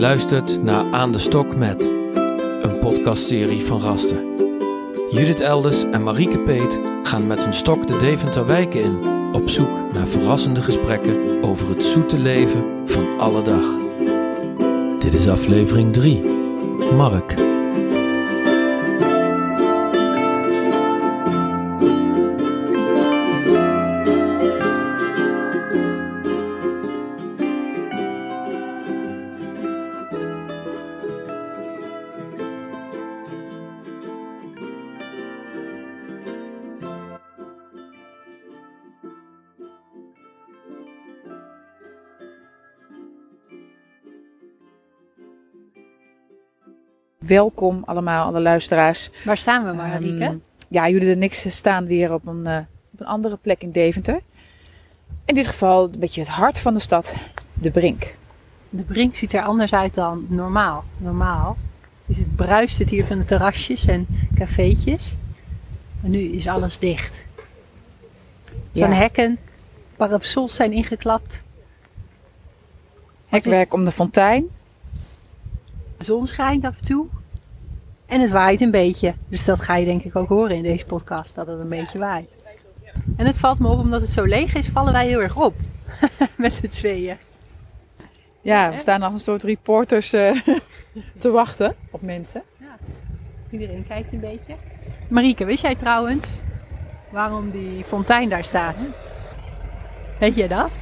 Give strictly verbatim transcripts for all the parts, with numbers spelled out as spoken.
luistert naar Aan de Stok met, een podcastserie van Rasten. Judith Elders en Marieke Peet gaan met hun stok de Deventerwijken in, op zoek naar verrassende gesprekken over het zoete leven van alle dag. Dit is aflevering drie. Mark. Welkom allemaal, alle luisteraars. Waar staan we, Marieke? Um, ja, Judith en ik staan weer op een, uh, op een andere plek in Deventer. In dit geval een beetje het hart van de stad, de Brink. De Brink ziet er anders uit dan normaal. Normaal is het bruist het hier van de terrasjes en cafeetjes. En nu is alles dicht. Er zijn Ja. hekken, parasols zijn ingeklapt. Hekwerk om de fontein. De zon schijnt af en toe. En het waait een beetje. Dus dat ga je denk ik ook horen in deze podcast, dat het een beetje waait. En het valt me op, omdat het zo leeg is, vallen wij heel erg op. Met z'n tweeën. Ja, we staan als een soort reporters uh, te wachten op mensen. Ja, iedereen kijkt een beetje. Marieke, wist jij trouwens waarom die fontein daar staat? Weet jij dat?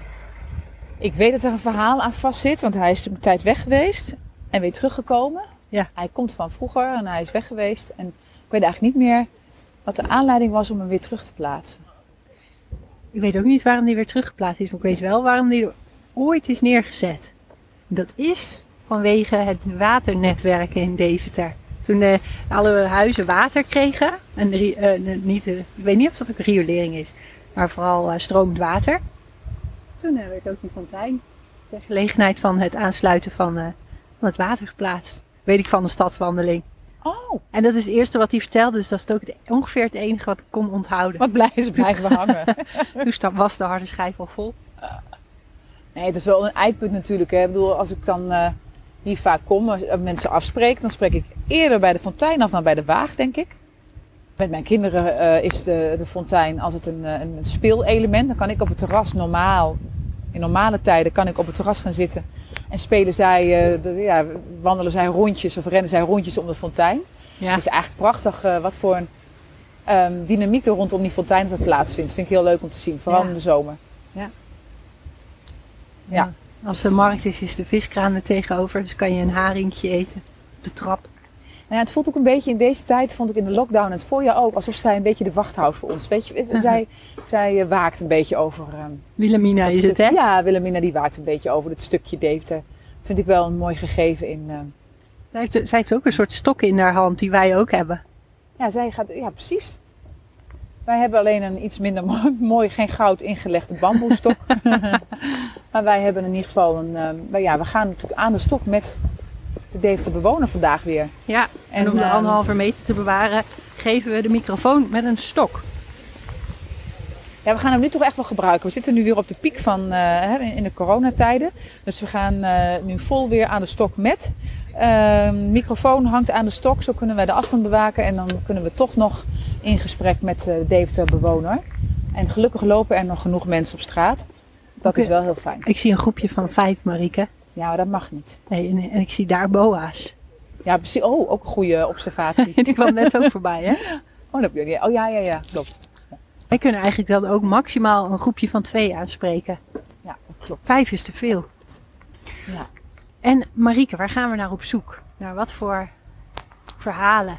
Ik weet dat er een verhaal aan vast zit, want hij is een tijd weg geweest en weer teruggekomen. Ja. Hij komt van vroeger en hij is weg geweest. En ik weet eigenlijk niet meer wat de aanleiding was om hem weer terug te plaatsen. Ik weet ook niet waarom die weer teruggeplaatst is, maar ik weet wel waarom die er ooit is neergezet. Dat is vanwege het waternetwerk in Deventer. Toen uh, alle huizen water kregen, en uh, niet, uh, ik weet niet of dat ook riolering is, maar vooral uh, stromend water. Toen uh, werd ook die fontein ter gelegenheid van het aansluiten van, uh, van het water geplaatst. Weet ik van de stadswandeling. Oh, En dat is het eerste wat hij vertelde, dus dat is ook het, ongeveer het enige wat ik kon onthouden. wat blij is blijven hangen. Toen was de harde schijf al vol. Nee, het is wel een eikpunt natuurlijk. Hè. Ik bedoel, als ik dan uh, hier vaak kom, als mensen afspreken, dan spreek ik eerder bij de fontein af dan bij de Waag, denk ik. Met mijn kinderen uh, is de, de fontein altijd een, een speelelement. Dan kan ik op het terras normaal, in normale tijden, kan ik op het terras gaan zitten. En spelen zij, uh, de, ja, wandelen zij rondjes of rennen zij rondjes om de fontein. Ja. Het is eigenlijk prachtig uh, wat voor een um, dynamiek er rondom die fontein dat plaatsvindt. Vind ik heel leuk om te zien, vooral Ja. in de zomer. Ja. Ja. Als de markt is, is de viskraan er tegenover. Dus kan je een haringje eten op de trap. Nou ja, het voelt ook een beetje in deze tijd, vond ik in de lockdown en het voorjaar ook, alsof zij een beetje de wacht houdt voor ons. Weet je, zij, zij uh, waakt een beetje over... Um, Wilhelmina is stuk, het, hè? Ja, Wilhelmina die waakt een beetje over dit stukje Deventer. Vind ik wel een mooi gegeven in... Uh, Zij heeft, zij heeft ook een soort stok in haar hand die wij ook hebben. ja, zij gaat... Ja, precies. Wij hebben alleen een iets minder mooi, mooi geen goud ingelegde bamboestok. Maar wij hebben in ieder geval een... Uh, ja, we gaan natuurlijk aan de stok met de Deventer bewoner vandaag weer. Ja, en, en om de uh, anderhalve meter te bewaren geven we de microfoon met een stok. Ja, we gaan hem nu toch echt wel gebruiken. We zitten nu weer op de piek van uh, in de coronatijden. Dus we gaan uh, nu vol weer aan de stok met. Uh, microfoon hangt aan de stok, zo kunnen wij de afstand bewaken. En dan kunnen we toch nog in gesprek met de Deventer bewoner. En gelukkig lopen er nog genoeg mensen op straat. Dat okay. is wel heel fijn. Ik zie een groepje van vijf, Marieke. Ja, maar dat mag niet. Nee, en, en ik zie daar boa's. Ja, precies. Oh, ook een goede observatie. Die kwam net ook voorbij, hè? Oh, dat, oh ja, ja, ja, klopt. Wij kunnen eigenlijk dan ook maximaal een groepje van twee aanspreken. Ja, dat klopt. Vijf is te veel. Ja. En Marieke, waar gaan we naar op zoek? Naar wat voor verhalen?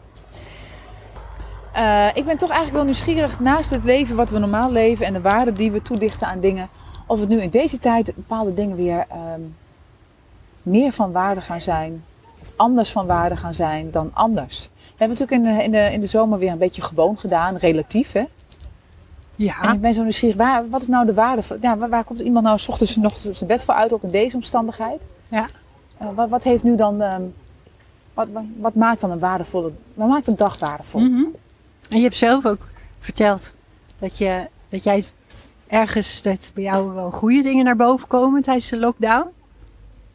Uh, ik ben toch eigenlijk wel nieuwsgierig naast het leven wat we normaal leven en de waarde die we toedichten aan dingen. Of het nu in deze tijd bepaalde dingen weer um, meer van waarde gaan zijn. Of anders van waarde gaan zijn dan anders. We hebben natuurlijk in de, in de, in de zomer weer een beetje gewoon gedaan, relatief hè. Ja. En ik ben zo nieuwsgierig, waar, wat is nou de waarde van, ja, waar, waar komt iemand nou 's ochtends nog zijn bed voor uit, ook in deze omstandigheid? Ja. Uh, wat, wat heeft nu dan, um, wat, wat, wat maakt dan een waardevolle, wat maakt een dag waardevol? Mm-hmm. En je hebt zelf ook verteld dat, je, dat jij ergens, dat bij jou wel goede dingen naar boven komen tijdens de lockdown.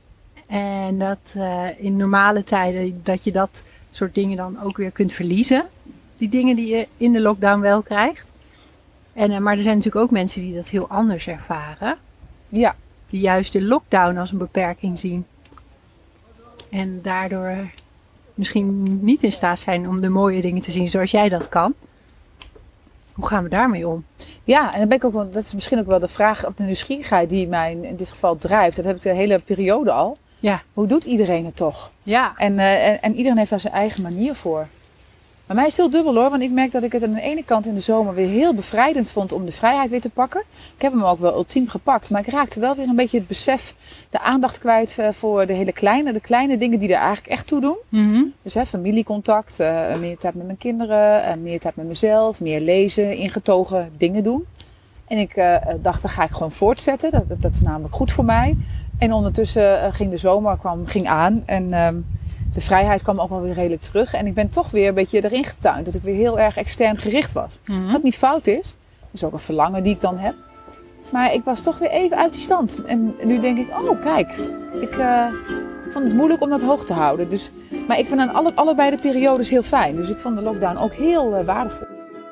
En dat uh, in normale tijden dat je dat soort dingen dan ook weer kunt verliezen. Die dingen die je in de lockdown wel krijgt. En, uh, maar er zijn natuurlijk ook mensen die dat heel anders ervaren. Ja. Die juist de lockdown als een beperking zien. En daardoor misschien niet in staat zijn om de mooie dingen te zien zoals jij dat kan. Hoe gaan we daarmee om? Ja, en dan ben ik ook wel, dat is misschien ook wel de vraag op de nieuwsgierigheid die mij in dit geval drijft. Dat heb ik de hele periode al. Ja. Hoe doet iedereen het toch? Ja. En, uh, en, en iedereen heeft daar zijn eigen manier voor. Maar mij is het heel dubbel hoor, want ik merk dat ik het aan de ene kant in de zomer weer heel bevrijdend vond om de vrijheid weer te pakken. Ik heb hem ook wel ultiem gepakt, maar ik raakte wel weer een beetje het besef, de aandacht kwijt voor de hele kleine, de kleine dingen die er eigenlijk echt toe doen. Mm-hmm. Dus hè, familiecontact, uh, meer tijd met mijn kinderen, uh, meer tijd met mezelf, meer lezen, ingetogen dingen doen. En ik uh, dacht, dat ga ik gewoon voortzetten, dat, dat, dat is namelijk goed voor mij. En ondertussen uh, ging de zomer kwam, ging aan en... Uh, De vrijheid kwam ook wel weer redelijk terug. En ik ben toch weer een beetje erin getuind. Dat ik weer heel erg extern gericht was. Mm-hmm. Wat niet fout is. Dat is ook een verlangen die ik dan heb. Maar ik was toch weer even uit die stand. En nu denk ik, oh kijk. Ik uh, vond het moeilijk om dat hoog te houden. Dus, maar ik vind aan alle, allebei de periodes heel fijn. Dus ik vond de lockdown ook heel uh, waardevol.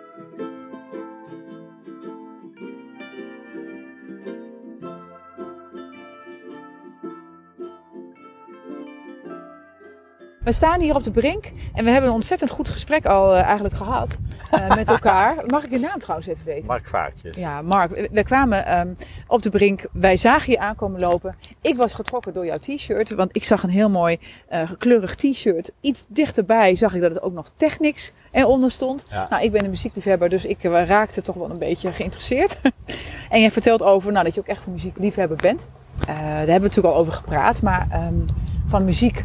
We staan hier op de Brink en we hebben een ontzettend goed gesprek al uh, eigenlijk gehad uh, met elkaar. Mag ik je naam trouwens even weten? Mark Vaartjes. Ja, Mark. We, we kwamen um, op de Brink. Wij zagen je aankomen lopen. Ik was getrokken door jouw t-shirt, want ik zag een heel mooi uh, kleurig t-shirt. Iets dichterbij zag ik dat het ook nog Technics eronder stond. Ja. Nou, ik ben een muziekliefhebber, dus ik uh, raakte toch wel een beetje geïnteresseerd. En jij vertelt over nou, dat je ook echt een muziekliefhebber bent. Uh, daar hebben we natuurlijk al over gepraat, maar um, van muziek...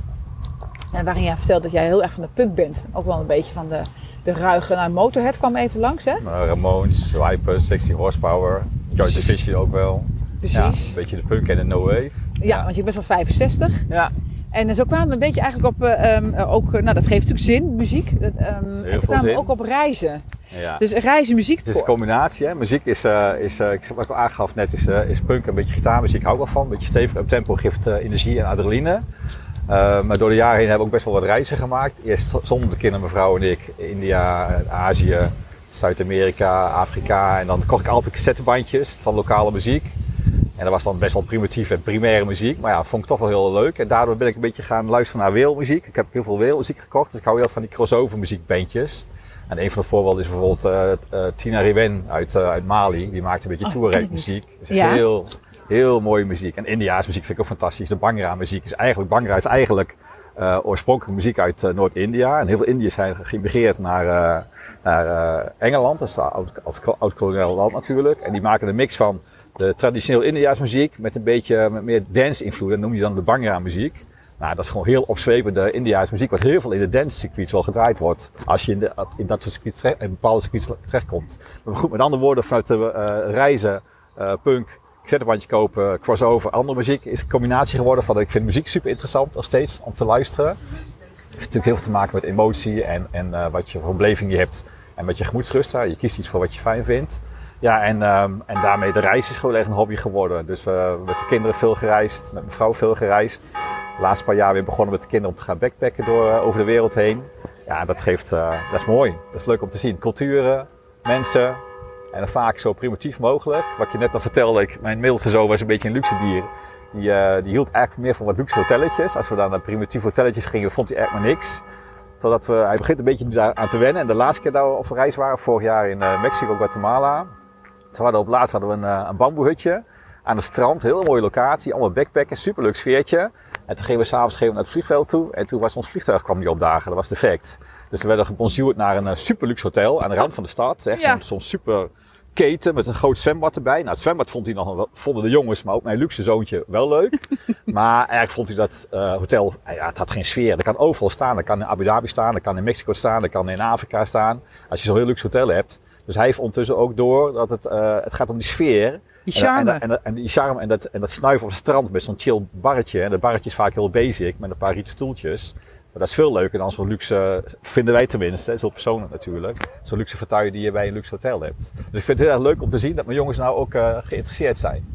En waarin jij vertelt dat jij heel erg van de punk bent. Ook wel een beetje van de, de ruige. Nou, Motorhead kwam even langs, hè? Uh, Ramones, Vipers, zestig horsepower. Joy Division ook wel. Precies. Ja, een beetje de punk en de no wave. Ja, Ja, want je bent van vijfenzestig. ja. En zo kwamen we een beetje eigenlijk op... Uh, um, ook, nou, dat geeft natuurlijk zin, muziek. Dat, um, en toen veel kwamen we zin. ook op reizen. ja. Dus reizen, muziek Het is een voor. combinatie. Hè. Muziek is, uh, is uh, wat ik al aangaf net, is, uh, is punk, een beetje gitaarmuziek. Hou ik wel van. Een beetje stevig op tempo, geeft uh, energie en adrenaline. Uh, maar door de jaren heen hebben we ook best wel wat reizen gemaakt. Eerst zonder de kinderen, mijn vrouw en ik. India, Azië, Zuid-Amerika, Afrika. En dan kocht ik altijd cassettebandjes van lokale muziek. En dat was dan best wel primitieve en primaire muziek. Maar ja, vond ik toch wel heel leuk. En daardoor ben ik een beetje gaan luisteren naar wereldmuziek. Ik heb heel veel wereldmuziek gekocht. Dus ik hou heel van die crossover muziekbandjes. En een van de voorbeelden is bijvoorbeeld uh, uh, Tina Riwen uit, uh, uit Mali. Die maakt een beetje Oh, Touareg muziek. Dat is echt Ja. heel... Heel mooie muziek. En India's muziek vind ik ook fantastisch. De Bhangra muziek is eigenlijk, Bhangra is eigenlijk uh, oorspronkelijk muziek uit uh, Noord-India. En heel veel Indiërs zijn geïmigreerd naar, uh, naar uh, Engeland. Dat is een oud-koloniaal land natuurlijk. En die maken een mix van de traditioneel India's muziek met een beetje met meer dance-invloed. Dat noem je dan de Bhangra muziek. Nou, dat is gewoon heel opzwepende India's muziek, wat heel veel in de dance-circuits wel gedraaid wordt. Als je in, de, in dat soort circuits terecht, in bepaalde circuits terechtkomt. Maar goed, met andere woorden, vanuit de uh, reizen, uh, punk, cassettebandje kopen, crossover, andere muziek is een combinatie geworden van, ik vind muziek super interessant nog steeds om te luisteren. Het heeft natuurlijk heel veel te maken met emotie en, en uh, wat je voor beleving je hebt en met je gemoedsrust. Je kiest iets voor wat je fijn vindt. Ja, en, um, en daarmee de reis is gewoon echt een hobby geworden. Dus we hebben met de kinderen veel gereisd, met mijn vrouw veel gereisd. De laatste paar jaar weer begonnen met de kinderen om te gaan backpacken door, uh, over de wereld heen. Ja, dat geeft, uh, dat is mooi. Dat is leuk om te zien. Culturen, mensen. En dan vaak zo primitief mogelijk. Wat je net al vertelde, ik, mijn middelste zoon was een beetje een luxe dier. Die, uh, die hield eigenlijk meer van wat luxe hotelletjes. Als we dan naar primitieve hotelletjes gingen, vond hij eigenlijk maar niks. Totdat we, hij begint een beetje daar aan te wennen. En de laatste keer dat we op reis waren, vorig jaar in uh, Mexico, Guatemala. Toen hadden we op laatst hadden we een, uh, een bamboehutje aan het strand. Heel mooie locatie, allemaal backpacken, superleuk sfeertje. En toen gingen we s'avonds naar het vliegveld toe. En toen was ons vliegtuig kwam niet opdagen, dat was defect. Dus we werden gebonjourd naar een uh, super luxe hotel aan de rand van de stad. Echt ja. zo'n, zo'n super keten met een groot zwembad erbij. Nou, het zwembad vond hij nog wel, vonden de jongens, maar ook mijn luxe zoontje wel leuk. Maar eigenlijk vond hij dat uh, hotel, ja, het had geen sfeer. Dat kan overal staan. Dat kan in Abu Dhabi staan, dat kan in Mexico staan, dat kan in Afrika staan. Als je zo'n heel luxe hotel hebt. Dus hij heeft ondertussen ook door dat het, uh, het gaat om die sfeer. Die charme. En, en, en, en die charme en dat, en dat snuiven op het strand met zo'n chill barretje. En dat barretje is vaak heel basic met een paar rieten stoeltjes. Maar dat is veel leuker dan zo'n luxe, vinden wij tenminste, dat is heel persoonlijk natuurlijk. Zo'n luxe fauteuil die je bij een luxe hotel hebt. Dus ik vind het heel erg leuk om te zien dat mijn jongens nou ook uh, geïnteresseerd zijn.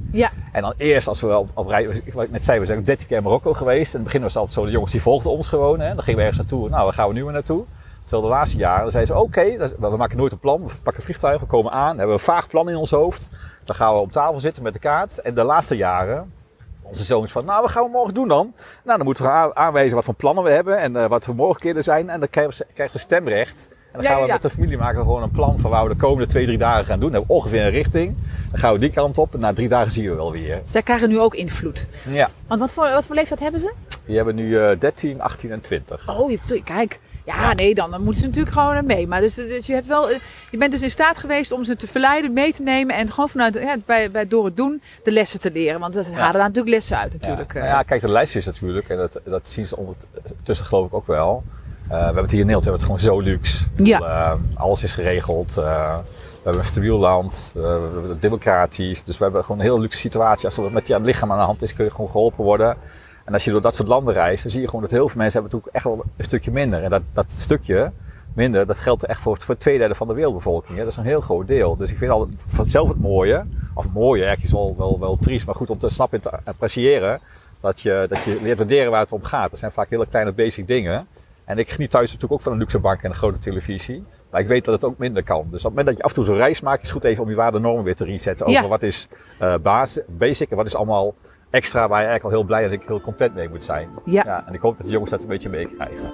Ja. En dan eerst als we op, op rij, wat ik net zei, we zijn ook dertien keer in Marokko geweest. In het begin was het altijd zo, de jongens die volgden ons gewoon. Hè. Dan gingen we ergens naartoe, nou waar gaan we nu weer naartoe? Terwijl de laatste jaren, dan zeiden ze oké, okay, we maken nooit een plan. We pakken een vliegtuig, we komen aan, dan hebben we een vaag plan in ons hoofd. Dan gaan we op tafel zitten met de kaart. En de laatste jaren, onze zoon is van, nou wat gaan we morgen doen dan? Nou dan moeten we aanwijzen wat voor plannen we hebben en uh, wat voor mogelijkheden zijn. En dan krijgen ze, krijgen ze stemrecht. En dan Ja, gaan we ja. met de familie maken gewoon een plan van waar we de komende twee, drie dagen gaan doen. Dan hebben we ongeveer een richting. Dan gaan we die kant op en na drie dagen zien we wel weer. Zij krijgen nu ook invloed. Ja, Want wat voor, wat voor leeftijd hebben ze? die hebben nu uh, dertien, achttien en twintig. Oh, je hebt, kijk. Ja, nee, dan, dan moeten ze natuurlijk gewoon mee. Maar dus, dus je, hebt wel, je bent dus in staat geweest om ze te verleiden, mee te nemen. En gewoon vanuit, ja, bij, bij, door het doen de lessen te leren. Want dat halen daar natuurlijk lessen uit natuurlijk. Ja, nou ja, kijk, de lijst is natuurlijk, en dat, dat zien ze ondertussen geloof ik ook wel. Uh, we hebben het hier in Nederland, we hebben het gewoon zo luxe. Ja. Uh, alles is geregeld. Uh, we hebben een stabiel land, uh, we hebben het democratisch. Dus we hebben gewoon een hele luxe situatie. Als er met je lichaam aan de hand is, kun je gewoon geholpen worden. En als je door dat soort landen reist, dan zie je gewoon dat heel veel mensen hebben natuurlijk echt wel een stukje minder. En dat, dat stukje minder, dat geldt echt voor, voor twee derde van de wereldbevolking. Hè? Dat is een heel groot deel. Dus ik vind al vanzelf het mooie, of het mooie, eigenlijk is wel, wel, wel triest, maar goed om te snappen en te appreciëren, dat je, dat je leert waarderen waar het om gaat. Dat zijn vaak hele kleine basic dingen. En ik geniet thuis natuurlijk ook van een luxe bank en een grote televisie. Maar ik weet dat het ook minder kan. Dus op het moment dat je af en toe zo'n reis maakt, is het goed even om je waardenormen weer te resetten. Over Ja. wat is uh, basis, basic en wat is allemaal extra waar je eigenlijk al heel blij en heel content mee moet zijn. Ja. Ja, en ik hoop dat de jongens dat een beetje meekrijgen.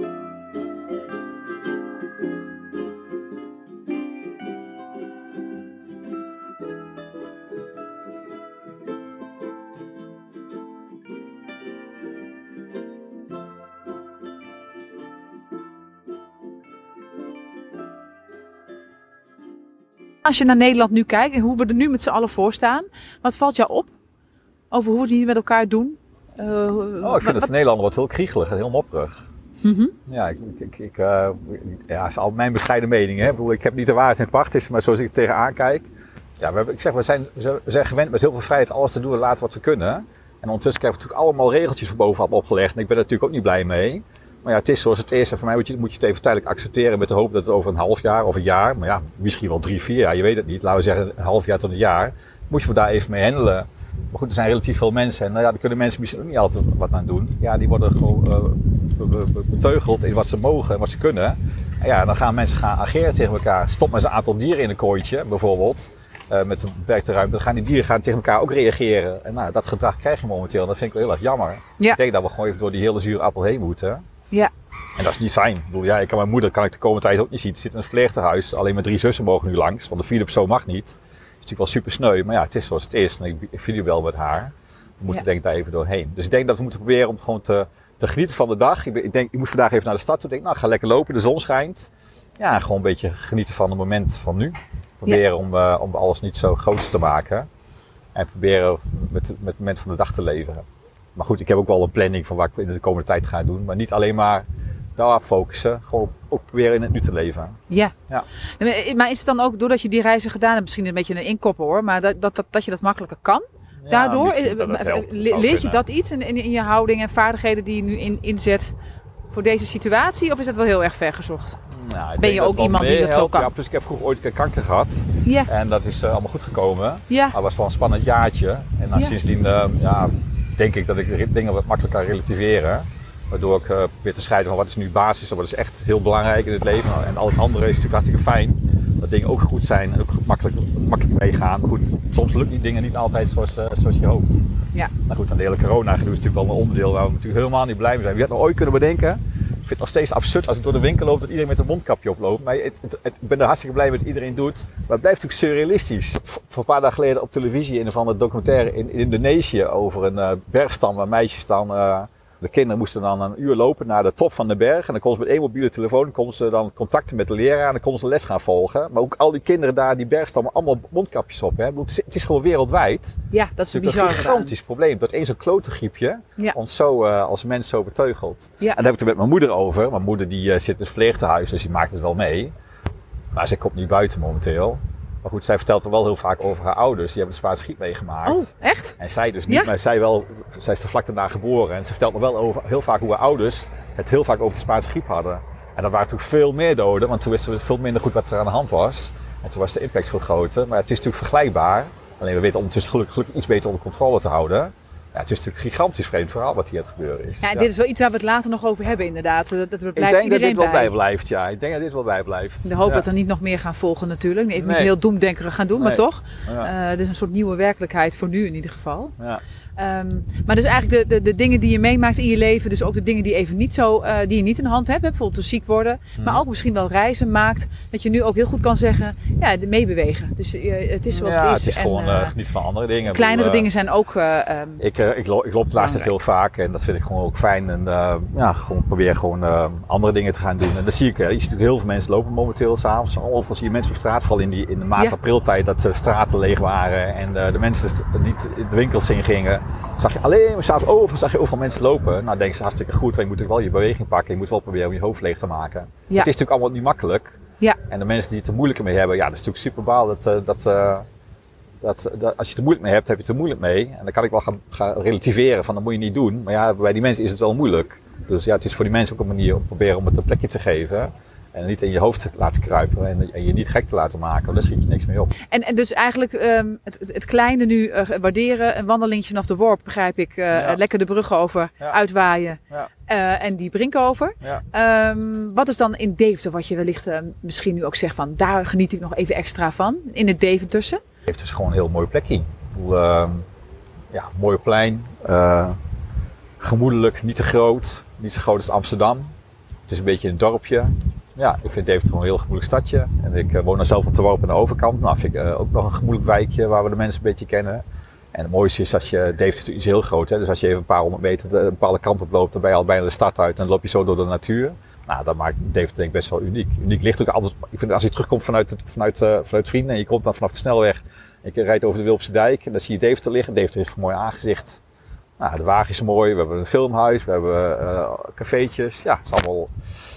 Als je naar Nederland nu kijkt en hoe we er nu met z'n allen voor staan. Wat valt jou op over hoe we het hier met elkaar doen? Uh, Oh, ik vind het Nederlander wordt heel kriegelig en heel mopperig. Mm-hmm. Ja, ik, ik, ik, uh, ja, dat is al mijn bescheiden mening. Hè. Ik bedoel, ik heb niet de waarheid in het pacht, is maar zoals ik er tegenaan kijk. Ja, we, hebben, ik zeg, we, zijn, we zijn gewend met heel veel vrijheid alles te doen en laten wat we kunnen. En ondertussen krijgen we natuurlijk allemaal regeltjes voor bovenop opgelegd. En ik ben er natuurlijk ook niet blij mee. Maar ja, het is zoals het is. En voor mij moet je, moet je het even tijdelijk accepteren met de hoop dat het over een half jaar of een jaar, maar ja, misschien wel drie, vier jaar, je weet het niet. Laten we zeggen een half jaar tot een jaar. Moet je daar even mee handelen. Maar goed, er zijn relatief veel mensen en nou ja, daar kunnen mensen misschien ook niet altijd wat aan doen. Ja, die worden gewoon uh, beteugeld in wat ze mogen en wat ze kunnen. En ja, dan gaan mensen gaan ageren tegen elkaar. Stop met een aantal dieren in een kooitje, bijvoorbeeld, uh, met een beperkte ruimte. Dan gaan die dieren gaan tegen elkaar ook reageren. En nou, dat gedrag krijg je momenteel en dat vind ik wel heel erg jammer. Ja. Ik denk dat we gewoon even door die hele zure appel heen moeten. Ja. En dat is niet fijn. Ik bedoel, ja, ik kan mijn moeder kan ik de komende tijd ook niet zien. Ze zit in een verpleeghuis. Alleen mijn drie zussen mogen nu langs, want de vierde persoon mag niet. Dat is natuurlijk wel super sneu, maar ja, het is zoals het is. En ik, ik video wel met haar. We moeten Ja. denk ik daar even doorheen. Dus ik denk dat we moeten proberen om gewoon te, te genieten van de dag. Ik, ben- ik denk, ik moest vandaag even naar de stad toe. Ik denk, nou, ik ga lekker lopen, de zon schijnt. Ja, gewoon een beetje genieten van het moment van nu. Proberen om, uh, om alles niet zo groot te maken. En proberen met, met het moment van de dag te leven. Maar goed, ik heb ook wel een planning van wat ik in de komende tijd ga doen. Maar niet alleen maar daarop focussen. Gewoon ook proberen in het nu te leven. Ja. Ja. Maar is het dan ook doordat je die reizen gedaan hebt, misschien een beetje een inkoppen hoor, maar dat, dat, dat, dat je dat makkelijker kan? Ja, Daardoor misschien dat eh, het helpt. Dat le- zou leert je kunnen. dat iets in, in, in je houding en vaardigheden die je nu in, inzet voor deze situatie? Of is dat wel heel erg vergezocht? Nou, ik Ben je denk dat ook het wel iemand die dat zo meehelpt. kan? Ja, plus ik heb vroeger ooit een keer kanker gehad. Ja. En dat is uh, allemaal goed gekomen. Ja. Maar het was wel een spannend jaartje. En dan Ja. sindsdien uh, ja, denk ik dat ik re- dingen wat makkelijker kan relativeren. Waardoor ik uh, probeer te scheiden van wat is nu basis en wat is echt heel belangrijk in het leven. En al het andere is natuurlijk hartstikke fijn. Dat dingen ook goed zijn en ook makkelijk, makkelijk meegaan. Maar goed, soms lukt die dingen niet altijd zoals, uh, zoals je hoopt. Ja. Maar goed, aan de hele corona-gedoe is natuurlijk wel een onderdeel waar we natuurlijk helemaal niet blij mee zijn. Wie had nog ooit kunnen bedenken? Ik vind het nog steeds absurd als ik door de winkel loop dat iedereen met een mondkapje oploopt. Maar het, het, het, ik ben er hartstikke blij mee dat iedereen doet. Maar het blijft natuurlijk surrealistisch. Voor een paar dagen geleden op televisie een of andere documentaire in, in Indonesië over een uh, bergstam waar meisjes dan... Uh, de kinderen moesten dan een uur lopen naar de top van de berg. En dan konden ze met één mobiele telefoon konden ze dan contacten met de leraar en dan konden ze les gaan volgen. Maar ook al die kinderen daar, die bergstammen, allemaal mondkapjes op. Hè. Ik bedoel, het, is, het is gewoon wereldwijd. Ja, dat is Het is bizar. een gigantisch probleem. Dat één zo'n klote griepje Ja. ons zo uh, als mens zo beteugelt. Ja. En daar heb ik het met mijn moeder over. Mijn moeder die uh, zit in het verpleeghuis, dus die maakt het wel mee. Maar zij komt niet buiten momenteel. Maar goed, zij vertelt er wel heel vaak over haar ouders. Die hebben de Spaanse griep meegemaakt. Oh, echt? En zij dus niet, Ja? maar zij wel. Zij is er vlak daarna geboren. En ze vertelt me wel over, heel vaak hoe haar ouders het heel vaak over de Spaanse griep hadden. En dat waren natuurlijk veel meer doden, want toen wisten we veel minder goed wat er aan de hand was. En toen was de impact veel groter. Maar het is natuurlijk vergelijkbaar. Alleen we weten ondertussen gelukkig, gelukkig iets beter onder controle te houden. Ja, het is natuurlijk een gigantisch vreemd verhaal wat hier aan het gebeuren is. Ja, ja. dit is wel iets waar we het later nog over hebben inderdaad. Dat, dat er blijft Ik denk dat iedereen dit wel bij. bij blijft, ja. Ik denk dat dit wel bij blijft. In de hoop ja. dat er niet nog meer gaan volgen natuurlijk. Even Nee. niet heel doemdenkerig gaan doen, Nee. maar toch. Ja. Uh, het is een soort nieuwe werkelijkheid voor nu in ieder geval. Ja. Um, maar dus eigenlijk de, de, de dingen die je meemaakt in je leven, dus ook de dingen die even niet zo, uh, die je niet in de hand hebt, hè, bijvoorbeeld dus ziek worden, hmm. maar ook misschien wel reizen maakt, dat je nu ook heel goed kan zeggen, ja, meebewegen. Dus uh, het is zoals ja, het is. Het is en, gewoon uh, uh, genieten van andere dingen. Kleinere bedoel, uh, dingen zijn ook. Uh, um, ik, uh, ik, lo- ik loop de laatste tijd heel vaak en dat vind ik gewoon ook fijn. En uh, ja, gewoon probeer gewoon uh, andere dingen te gaan doen. En dat zie ik. Uh, je ziet natuurlijk heel veel mensen lopen momenteel s'avonds. Overal zie je mensen op straat, vooral in, die, in de maart, ja. apriltijd, dat de straten leeg waren en uh, de mensen st- niet de winkels in gingen. Zag je alleen maar s'avonds overal, zag je overal mensen lopen. Nou, denk je hartstikke goed, want je moet natuurlijk wel je beweging pakken. Je moet wel proberen om je hoofd leeg te maken. Ja. Het is natuurlijk allemaal niet makkelijk. Ja. En de mensen die het er moeilijker mee hebben, ja, dat is natuurlijk super baal. Dat, uh, dat, uh, dat, dat, als je het er moeilijk mee hebt, heb je het er moeilijk mee. En dan kan ik wel gaan, gaan relativeren van, dat moet je niet doen. Maar ja, bij die mensen is het wel moeilijk. Dus ja, het is voor die mensen ook een manier om proberen om het een plekje te geven. En niet in je hoofd te laten kruipen en, en je niet gek te laten maken, want daar schiet je niks mee op. En, en dus eigenlijk um, het, het, het kleine nu uh, waarderen, een wandelingetje vanaf de worp, begrijp ik. Uh, ja. Lekker de brug over, ja. uitwaaien ja. uh, en die brink over. Ja. Um, wat is dan in Deventer wat je wellicht uh, misschien nu ook zegt van, daar geniet ik nog even extra van, in het Deventerse? Deventer is gewoon een heel mooi plekje. Ik bedoel, uh, ja, mooi plein, uh, gemoedelijk, niet te groot, niet zo groot als Amsterdam. Het is een beetje een dorpje. Ja, ik vind Deventer gewoon een heel gemoedelijk stadje. En ik uh, woon dan zelf op de Worp aan de overkant. Nou, vind ik uh, ook nog een gemoedelijk wijkje waar we de mensen een beetje kennen. En het mooiste is als je, Deventer is heel groot, hè? Dus als je even een paar honderd meter de, een bepaalde kant op loopt, dan ben je al bijna de stad uit en dan loop je zo door de natuur. Nou, dat maakt Deventer denk ik best wel uniek. Uniek ligt ook altijd, ik vind als je terugkomt vanuit, het, vanuit, uh, vanuit Vrienden en je komt dan vanaf de snelweg en je rijdt over de Wilpse Dijk en dan zie je Deventer liggen. Deventer heeft een mooi aangezicht. Nou, de wagen is mooi, we hebben een filmhuis, we hebben uh, cafeetjes. Ja, het is allemaal...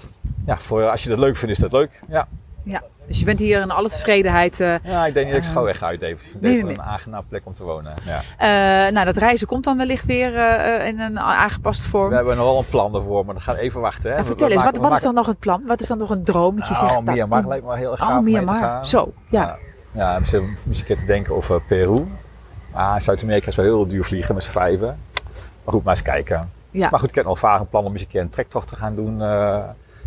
Ja, voor, als je dat leuk vindt, is dat leuk. Ja. Ja, dus je bent hier in alle tevredenheid. Uh, ja, ik denk niet dat ik uh, gauw weg ga uit Deventer. Ik vind nee, Deventer nee, nee. een aangenaam plek om te wonen. Ja. Uh, nou, dat reizen komt dan wellicht weer uh, in een aangepaste vorm. We hebben nog wel een plan ervoor, maar dan gaan we even wachten. Hè. Ja, vertel we, we eens, maken, wat, wat maken... is dan nog het plan? Wat is dan nog een droom dat je nou, zegt? Myanmar dat, lijkt me heel erg gaaf oh, om mee Myanmar. te gaan. Zo, ja. Ja, ja we zitten misschien een keer te denken over Peru. Ah, Zuid-Amerika is wel heel duur vliegen met z'n vijven. Maar goed, maar eens kijken. Ja. Maar goed, ik heb nog vaak een plan om eens een keer een trektocht te gaan doen. Uh,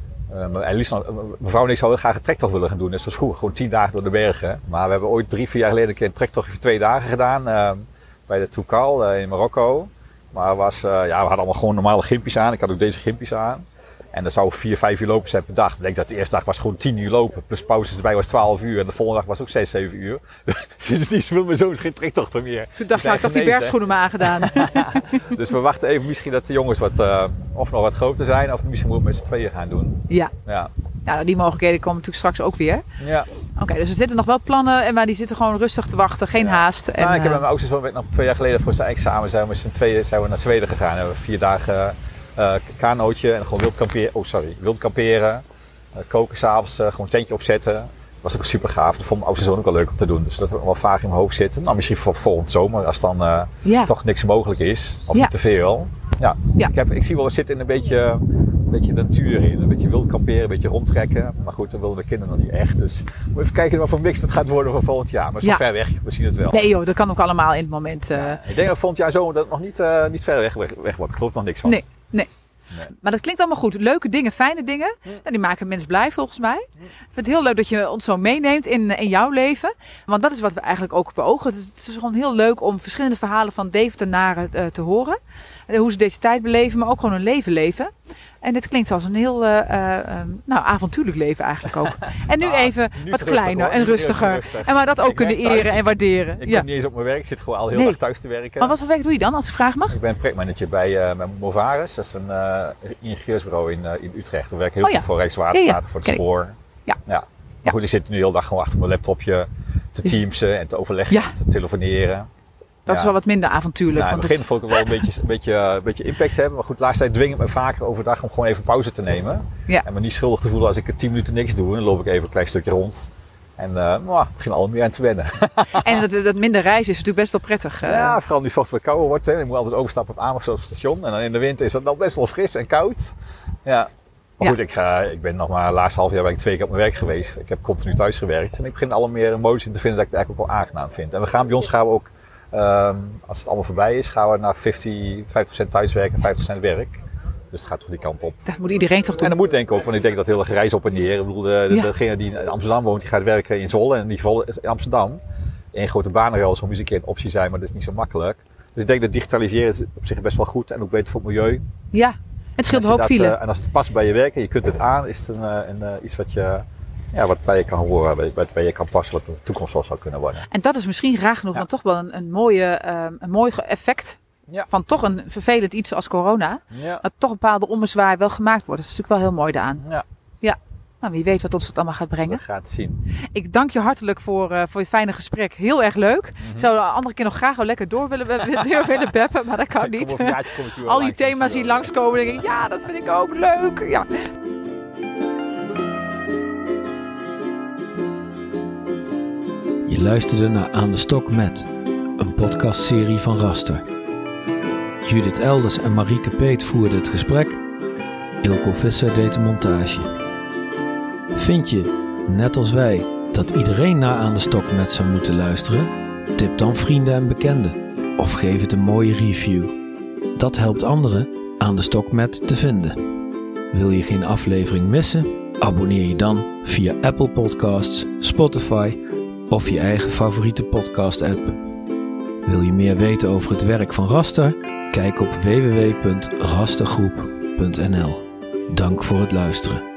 Uh, en liefst, mevrouw en ik zou heel graag een trektocht willen gaan doen. Dus was vroeger gewoon tien dagen door de bergen. Maar we hebben ooit drie, vier jaar geleden een keer een trektochtje voor twee dagen gedaan. Uh, bij de Toukal uh, in Marokko. Maar was, uh, ja, we hadden allemaal gewoon normale gimpjes aan. Ik had ook deze gimpjes aan. En dat zou vier, vijf uur lopen zijn per dag. Ik denk dat de eerste dag was gewoon tien uur lopen. Plus pauzes erbij was twaalf uur. En de volgende dag was ook zes, zeven uur. Sindsdien wil mijn zoon geen trektochten meer. Toen dacht ik, ik toch die bergschoenen maar aangedaan. Dus we wachten even misschien dat de jongens wat, uh, of nog wat groter zijn. Of misschien moeten we met z'n tweeën gaan doen. Ja. Ja. Ja, die mogelijkheden komen natuurlijk straks ook weer. Ja. Oké, okay, dus er zitten nog wel plannen, maar die zitten gewoon rustig te wachten, geen ja. haast. En, nou, ik heb met mijn oudste zoon nog twee jaar geleden voor zijn examen zijn we met z'n tweeën zijn we naar Zweden gegaan. We hebben vier dagen uh, kanootje en gewoon wild kamperen. Oh, sorry, wild kamperen. Uh, koken s'avonds, uh, gewoon een tentje opzetten. Dat was ook super gaaf. Dat vond mijn oudste zoon ook wel leuk om te doen. Dus dat we wel vaak in mijn hoofd zitten. Nou, misschien voor volgend zomer, als dan uh, ja. toch niks mogelijk is. Of ja. niet te veel. Ja, ja. Ik, heb, ik zie wel, we zitten in een beetje, een beetje natuur in. Een beetje wild kamperen, een beetje rondtrekken. Maar goed, dan willen de kinderen nog niet echt. Dus we moeten even kijken wat voor mix dat gaat worden voor volgend jaar. Maar zo ja. ver weg, we zien het wel. Nee joh, dat kan ook allemaal in het moment. Uh... Ja, ik denk dat volgend jaar zomer dat het nog niet, uh, niet ver weg, weg wordt. Ik geloof nog niks van. Nee, nee. Nee. Maar dat klinkt allemaal goed. Leuke dingen, fijne dingen. Ja. Nou, die maken mensen blij volgens mij. Ja. Ik vind het heel leuk dat je ons zo meeneemt in, in jouw leven. Want dat is wat we eigenlijk ook beogen. Het is gewoon heel leuk om verschillende verhalen van Deventenaren uh, te horen. Uh, hoe ze deze tijd beleven, maar ook gewoon hun leven leven. En dit klinkt als een heel uh, uh, nou, avontuurlijk leven eigenlijk ook. En nu ah, even nu wat kleiner hoor. en rustiger. Rustig. En maar dat ook ik kunnen eren thuis. en waarderen. Ik ja. ben niet eens op mijn werk. Ik zit gewoon al heel nee. erg thuis te werken. Maar wat voor werk doe je dan, als ik vraag mag? Ik ben projectmanager bij uh, Movares. Dat is een uh, ingenieursbureau in, uh, in Utrecht. We werken heel oh, ja. veel voor Rijkswaterstaat, ja, ja. voor het Kijk. spoor. Ja. Ja. Maar ja. goed, ik zit nu heel dag gewoon achter mijn laptopje te teamsen en te overleggen, ja. te telefoneren. Dat ja. is wel wat minder avontuurlijk. Nou, in het begin vond ik het wel een beetje, een, beetje, een beetje impact hebben. Maar goed, de laatste tijd dwing ik me vaker overdag om gewoon even pauze te nemen. Ja. En me niet schuldig te voelen als ik tien minuten niks doe. Dan loop ik even een klein stukje rond. En uh, nou, ik begin al meer aan te wennen. En dat, dat minder reizen is natuurlijk best wel prettig. Uh... Ja, vooral nu het wat kouder wordt. Hè. Je moet altijd overstappen op Amersfoort station. En dan in de winter is het dan best wel fris en koud. Ja. Maar Ja. goed, ik, ga, ik ben nog maar het laatste half jaar ben ik twee keer op mijn werk geweest. Ik heb continu thuis gewerkt. En ik begin alle meer emoties in te vinden dat ik het eigenlijk ook wel aangenaam vind. En we gaan bij ons gaan we ook, um, als het allemaal voorbij is, gaan we naar vijftig, vijftig procent thuiswerken en vijftig procent werk. Dus het gaat toch die kant op. Dat moet iedereen toch doen? En dat moet denk ik ook, want ik denk dat heel erg gereis op en neer. Ik bedoel, de, de, Ja. degene die in Amsterdam woont, die gaat werken in Zwolle en die Zwolle is in Amsterdam. Eén grote baanruil zou misschien een keer een optie zijn, maar dat is niet zo makkelijk. Dus ik denk dat digitaliseren is op zich best wel goed en ook beter voor het milieu. Ja, het scheelt En een als hoop je dat, file. uh, en als het past bij je werk en je kunt het aan, is het een, uh, een, uh, iets wat, je, ja, wat bij je kan horen, bij, wat bij je kan passen, wat de toekomst wel zou kunnen worden. En dat is misschien graag genoeg Ja. dan toch wel een, een, mooie, um, een mooi effect Ja. van toch een vervelend iets als corona. Ja. Dat toch een bepaalde ommezwaai wel gemaakt wordt. Dat is natuurlijk wel heel mooi daaraan. Ja, Nou, wie weet wat ons dat allemaal gaat brengen. we gaan het zien. Ik dank je hartelijk voor, uh, voor het fijne gesprek. Heel erg leuk. Ik zou een andere keer nog graag wel lekker door willen, door willen beppen, maar dat kan Ik kom niet. over een jaartje, kom ik u wel Al die langs, dus, thema's die uh, langskomen, denk ik, ja, dat vind ik ook leuk. Ja. Je luisterde naar Aan de Stok met, een podcastserie van Raster. Judith Elders en Marieke Peet voerden het gesprek. Ilko Visser deed de montage. Vind je, net als wij, dat iedereen naar Aan de Stok met zou moeten luisteren? Tip dan vrienden en bekenden. Of geef het een mooie review. Dat helpt anderen Aan de Stok met te vinden. Wil je geen aflevering missen? Abonneer je dan via Apple Podcasts, Spotify of je eigen favoriete podcast-app. Wil je meer weten over het werk van Raster? Kijk op w w w punt rastergroep punt n l. Dank voor het luisteren.